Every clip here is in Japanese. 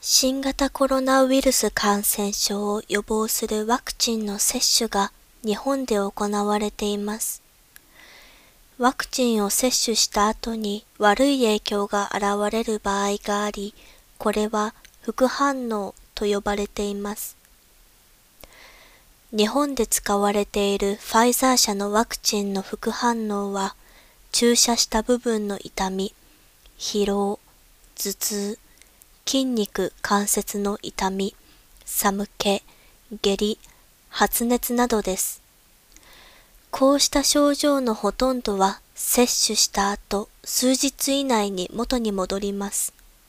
新型コロナウイルス感染症を予防するワクチンの接種が日本で行われています。ワクチンを接種した後に悪い影響が現れる場合があり、これは副反応と呼ばれています。日本で使われているファイザー社のワクチンの副反応は、注射した部分の痛み、疲労、頭痛、筋肉関節の痛み、寒気、下痢、発熱などです。こうした症状のほとんどは接種した後、数日以内に元に戻ります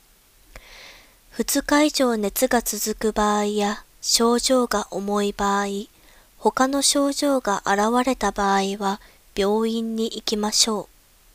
。2日以上熱が続く場合や症状が重い場合、他の症状が現れた場合は病院に行きましょ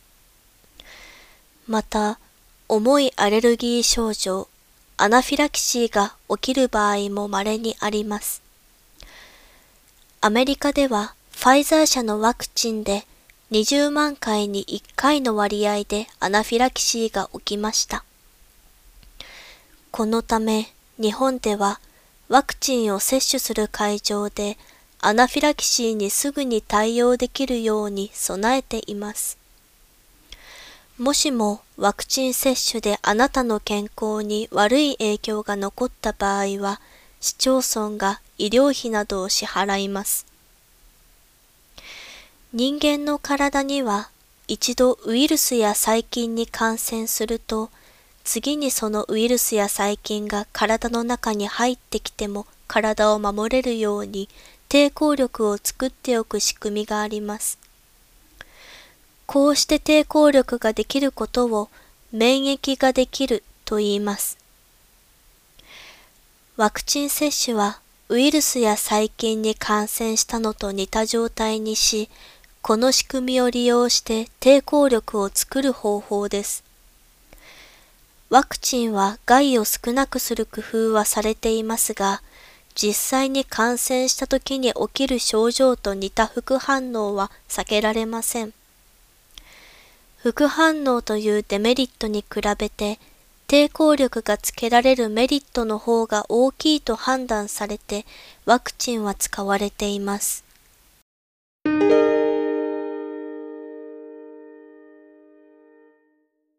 う。また、重いアレルギー症状、アナフィラキシーが起きる場合も稀にあります。アメリカではファイザー社のワクチンで20万回に1回の割合でアナフィラキシーが起きました。このため日本ではワクチンを接種する会場でアナフィラキシーにすぐに対応できるように備えています。もしもワクチン接種であなたの健康に悪い影響が残った場合は、市町村が医療費などを支払います。人間の体には一度ウイルスや細菌に感染すると、次にそのウイルスや細菌が体の中に入ってきても体を守れるように抵抗力を作っておく仕組みがあります。こうして抵抗力ができることを免疫ができると言います。ワクチン接種はウイルスや細菌に感染したのと似た状態にし、この仕組みを利用して抵抗力を作る方法です。ワクチンは害を少なくする工夫はされていますが、実際に感染した時に起きる症状と似た副反応は避けられません。副反応というデメリットに比べて、抵抗力がつけられるメリットの方が大きいと判断されて、ワクチンは使われています。